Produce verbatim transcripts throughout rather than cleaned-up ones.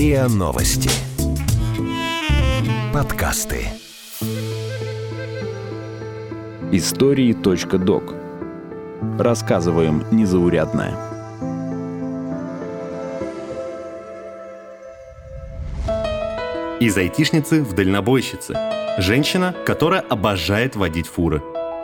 РИА Новости. Подкасты. Истории.док. Рассказываем незаурядное. Из айтишницы в дальнобойщицы. Женщина, которая обожает водить фуры.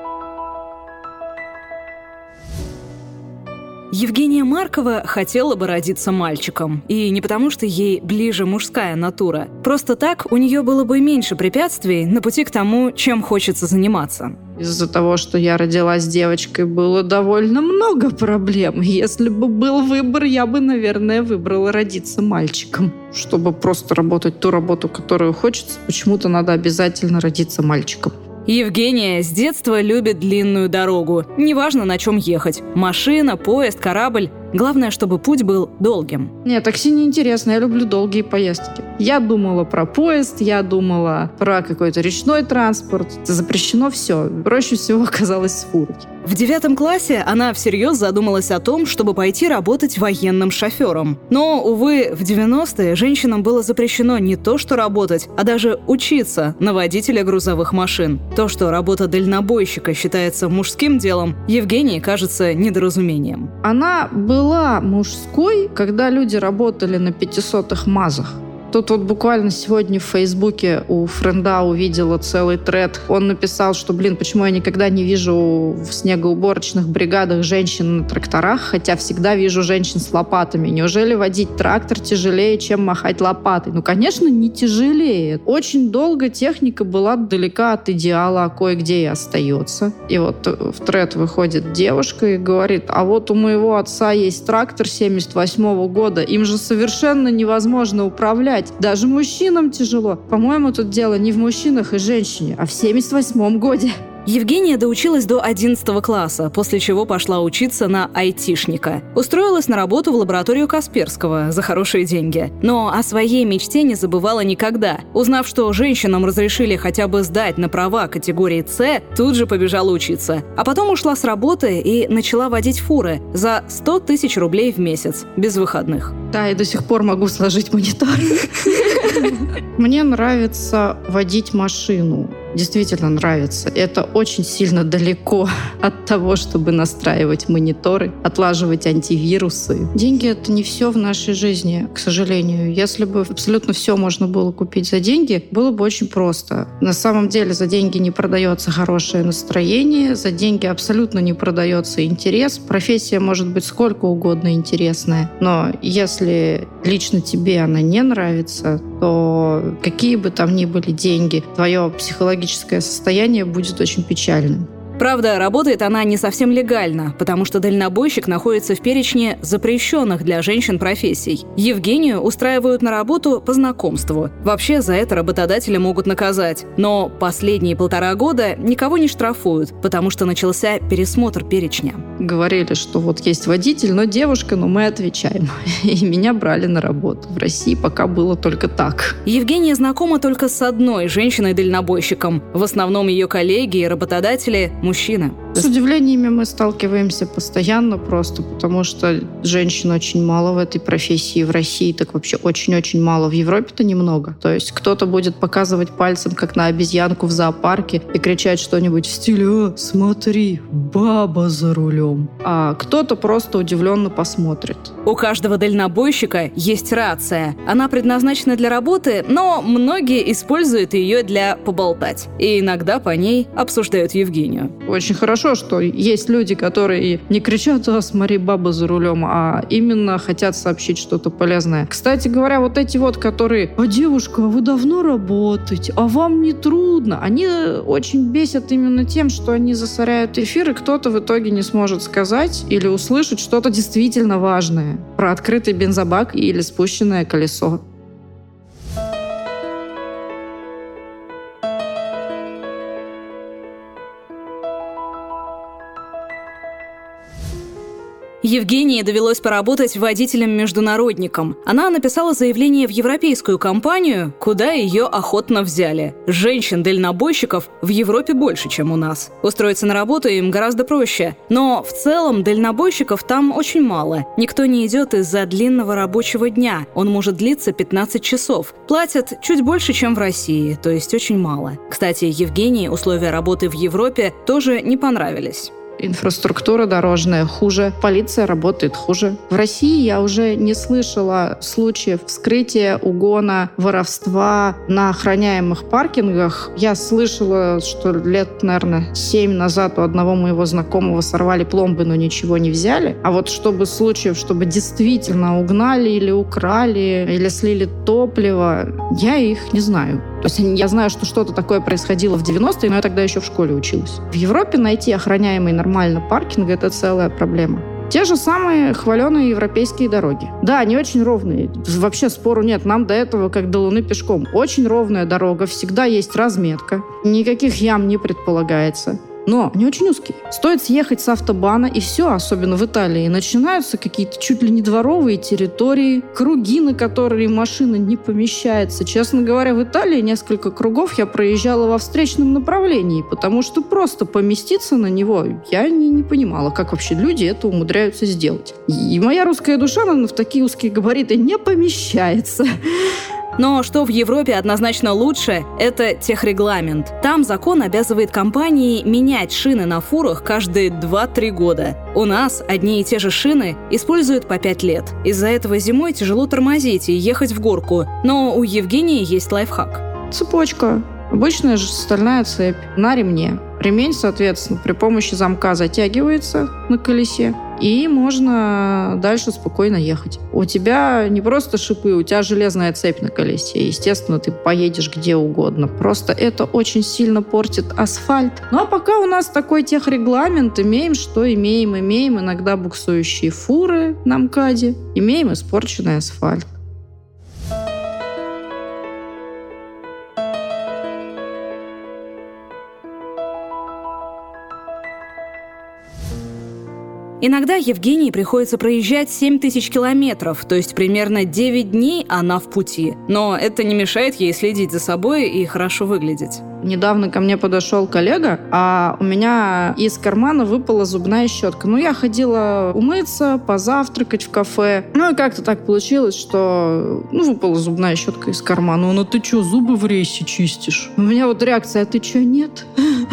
Евгения Маркова хотела бы родиться мальчиком. И не потому, что ей ближе мужская натура. Просто так у нее было бы меньше препятствий на пути к тому, чем хочется заниматься. Из-за того, что я родилась девочкой, было довольно много проблем. Если бы был выбор, я бы, наверное, выбрала родиться мальчиком. Чтобы просто работать ту работу, которую хочется, почему-то надо обязательно родиться мальчиком. Евгения с детства любит длинную дорогу. Неважно, на чем ехать. Машина, поезд, корабль. Главное, чтобы путь был долгим. Нет, такси неинтересно. Я люблю долгие поездки. Я думала про поезд, я думала про какой-то речной транспорт. Запрещено все. Проще всего оказалось с фурой. В девятом классе она всерьез задумалась о том, чтобы пойти работать военным шофером. Но, увы, в девяностые женщинам было запрещено не то что работать, а даже учиться на водителя грузовых машин. То, что работа дальнобойщика считается мужским делом, Евгении кажется недоразумением. Она была мужской, когда люди работали на пятисотых МАЗах. Тут вот буквально сегодня в Фейсбуке у френда увидела целый тред. Он написал, что, блин, почему я никогда не вижу в снегоуборочных бригадах женщин на тракторах, хотя всегда вижу женщин с лопатами. Неужели водить трактор тяжелее, чем махать лопатой? Ну, конечно, не тяжелее. Очень долго техника была далека от идеала, а кое-где и остается. И вот в тред выходит девушка и говорит: а вот у моего отца есть трактор семьдесят восьмого года, им же совершенно невозможно управлять. Даже мужчинам тяжело. По-моему, тут дело не в мужчинах и женщине, а в семьдесят восьмом годе. Евгения доучилась до одиннадцатого класса, после чего пошла учиться на айтишника. Устроилась на работу в лабораторию Касперского за хорошие деньги. Но о своей мечте не забывала никогда. Узнав, что женщинам разрешили хотя бы сдать на права категории С, тут же побежала учиться. А потом ушла с работы и начала водить фуры за сто тысяч рублей в месяц, без выходных. Да, и до сих пор могу сложить монитор. Мне нравится водить машину. Действительно нравится. Это очень сильно далеко от того, чтобы настраивать мониторы, отлаживать антивирусы. Деньги — это не все в нашей жизни, к сожалению. Если бы абсолютно все можно было купить за деньги, было бы очень просто. На самом деле за деньги не продается хорошее настроение, за деньги абсолютно не продается интерес. Профессия может быть сколько угодно интересная, но если лично тебе она не нравится, то какие бы там ни были деньги, твое психологическое состояние будет очень печальным. Правда, работает она не совсем легально, потому что дальнобойщик находится в перечне запрещенных для женщин профессий. Евгению устраивают на работу по знакомству. Вообще, за это работодатели могут наказать. Но последние полтора года никого не штрафуют, потому что начался пересмотр перечня. Говорили, что вот есть водитель, но девушка, но мы отвечаем. И меня брали на работу. В России пока было только так. Евгения знакома только с одной женщиной-дальнобойщиком. В основном ее коллеги и работодатели – мужчины. С удивлениями мы сталкиваемся постоянно просто, потому что женщин очень мало в этой профессии. В России так вообще очень-очень мало. В Европе-то немного. То есть кто-то будет показывать пальцем, как на обезьянку в зоопарке, и кричать что-нибудь в стиле: «О, смотри, баба за рулем». А кто-то просто удивленно посмотрит. У каждого дальнобойщика есть рация. Она предназначена для работы, но многие используют ее для поболтать. И иногда по ней обсуждают Евгению. Очень хорошо, что есть люди, которые не кричат: «А, смотри, баба за рулем», а именно хотят сообщить что-то полезное. Кстати говоря, вот эти вот, которые: «А, девушка, а вы давно работаете? А вам не трудно?» Они очень бесят именно тем, что они засоряют эфир, и кто-то в итоге не сможет сказать или услышать что-то действительно важное про открытый бензобак или спущенное колесо. Евгении довелось поработать водителем-международником. Она написала заявление в европейскую компанию, куда ее охотно взяли. Женщин-дальнобойщиков в Европе больше, чем у нас. Устроиться на работу им гораздо проще. Но в целом дальнобойщиков там очень мало. Никто не идет из-за длинного рабочего дня. Он может длиться пятнадцать часов. Платят чуть больше, чем в России, то есть очень мало. Кстати, Евгении условия работы в Европе тоже не понравились. Инфраструктура дорожная хуже, полиция работает хуже. В России я уже не слышала случаев вскрытия, угона, воровства на охраняемых паркингах. Я слышала, что лет, наверное, семь назад у одного моего знакомого сорвали пломбы, но ничего не взяли. А вот чтобы случаев, чтобы действительно угнали или украли, или слили топливо, я их не знаю. То есть я знаю, что что-то такое происходило в девяностые, но я тогда еще в школе училась. В Европе найти охраняемый нормально паркинг – это целая проблема. Те же самые хваленые европейские дороги. Да, они очень ровные. Вообще спору нет. Нам до этого как до Луны пешком. Очень ровная дорога, всегда есть разметка. Никаких ям не предполагается. Но они очень узкие. Стоит съехать с автобана, и все, особенно в Италии, начинаются какие-то чуть ли не дворовые территории, круги, на которые машина не помещается. Честно говоря, в Италии несколько кругов я проезжала во встречном направлении, потому что просто поместиться на него я не, не понимала, как вообще люди это умудряются сделать. И моя русская душа, наверное, в такие узкие габариты не помещается. Но что в Европе однозначно лучше – это техрегламент. Там закон обязывает компании менять шины на фурах каждые два-три года. У нас одни и те же шины используют по пять лет. Из-за этого зимой тяжело тормозить и ехать в горку. Но у Евгении есть лайфхак. Цепочка. Обычная же стальная цепь на ремне. Ремень, соответственно, при помощи замка затягивается на колесе, и можно дальше спокойно ехать. У тебя не просто шипы, у тебя железная цепь на колесе. Естественно, ты поедешь где угодно. Просто это очень сильно портит асфальт. Ну а пока у нас такой техрегламент, имеем, что имеем. Имеем иногда буксующие фуры на МКАДе, имеем испорченный асфальт. Иногда Евгении приходится проезжать семь тысяч километров, то есть примерно девять дней она в пути. Но это не мешает ей следить за собой и хорошо выглядеть. Недавно ко мне подошел коллега, а у меня из кармана выпала зубная щетка. Ну, я ходила умыться, позавтракать в кафе. Ну, и как-то так получилось, что ну, выпала зубная щетка из кармана. Он: а ты что, зубы в рейсе чистишь? У меня вот реакция: а ты что, нет?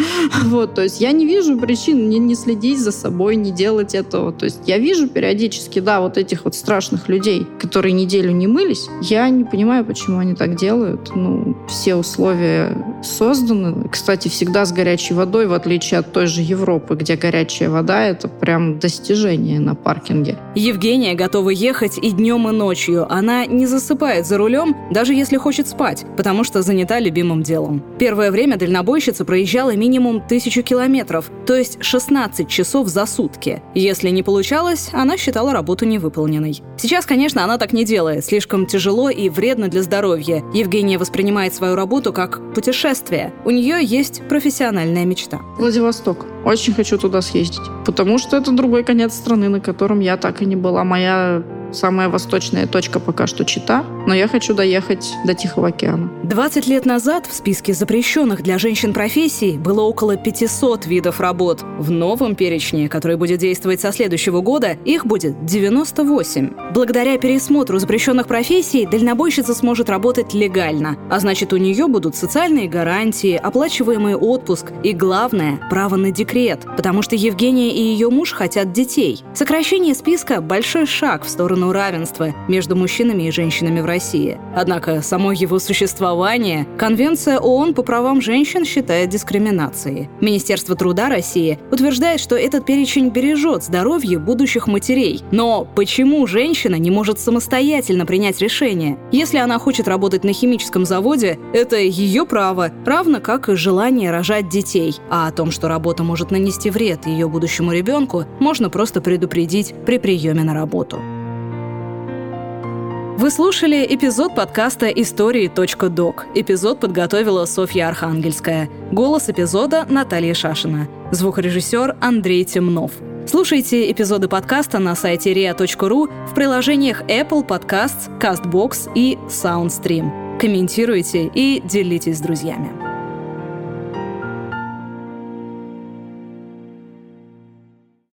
Вот, то есть я не вижу причин не, не следить за собой, не делать этого. То есть я вижу периодически, да, вот этих вот страшных людей, которые неделю не мылись. Я не понимаю, почему они так делают. Ну, все условия созданы. Кстати, всегда с горячей водой, в отличие от той же Европы, где горячая вода — это прям достижение на паркинге. Евгения готова ехать и днем, и ночью. Она не засыпает за рулем, даже если хочет спать, потому что занята любимым делом. Первое время дальнобойщица проезжала минимум тысячу километров, то есть шестнадцать часов за сутки. Если не получалось, она считала работу невыполненной. Сейчас, конечно, она так не делает. Слишком тяжело и вредно для здоровья. Евгения воспринимает свою работу как путешествие. У нее есть профессиональная мечта. Владивосток. Очень хочу туда съездить. Потому что это другой конец страны, на котором я так и не была. Моя самая восточная точка пока что Чита, но я хочу доехать до Тихого океана. двадцать лет назад в списке запрещенных для женщин профессий было около пятисот видов работ. В новом перечне, который будет действовать со следующего года, их будет девяносто восемь. Благодаря пересмотру запрещенных профессий дальнобойщица сможет работать легально, а значит, у нее будут социальные гарантии, оплачиваемый отпуск и, главное, право на декрет, потому что Евгения и ее муж хотят детей. Сокращение списка – большой шаг в сторону равенства между мужчинами и женщинами в России. Однако само его существование Конвенция ООН по правам женщин считает дискриминацией. Министерство труда России утверждает, что этот перечень бережет здоровье будущих матерей. Но почему женщина не может самостоятельно принять решение? Если она хочет работать на химическом заводе, это ее право, равно как и желание рожать детей. А о том, что работа может нанести вред ее будущему ребенку, можно просто предупредить при приеме на работу. Вы слушали эпизод подкаста истории точка док. Эпизод подготовила Софья Архангельская. Голос эпизода — Наталья Шашина. Звукорежиссер — Андрей Темнов. Слушайте эпизоды подкаста на сайте риа точка ру, в приложениях Apple Podcasts, CastBox и SoundStream. Комментируйте и делитесь с друзьями.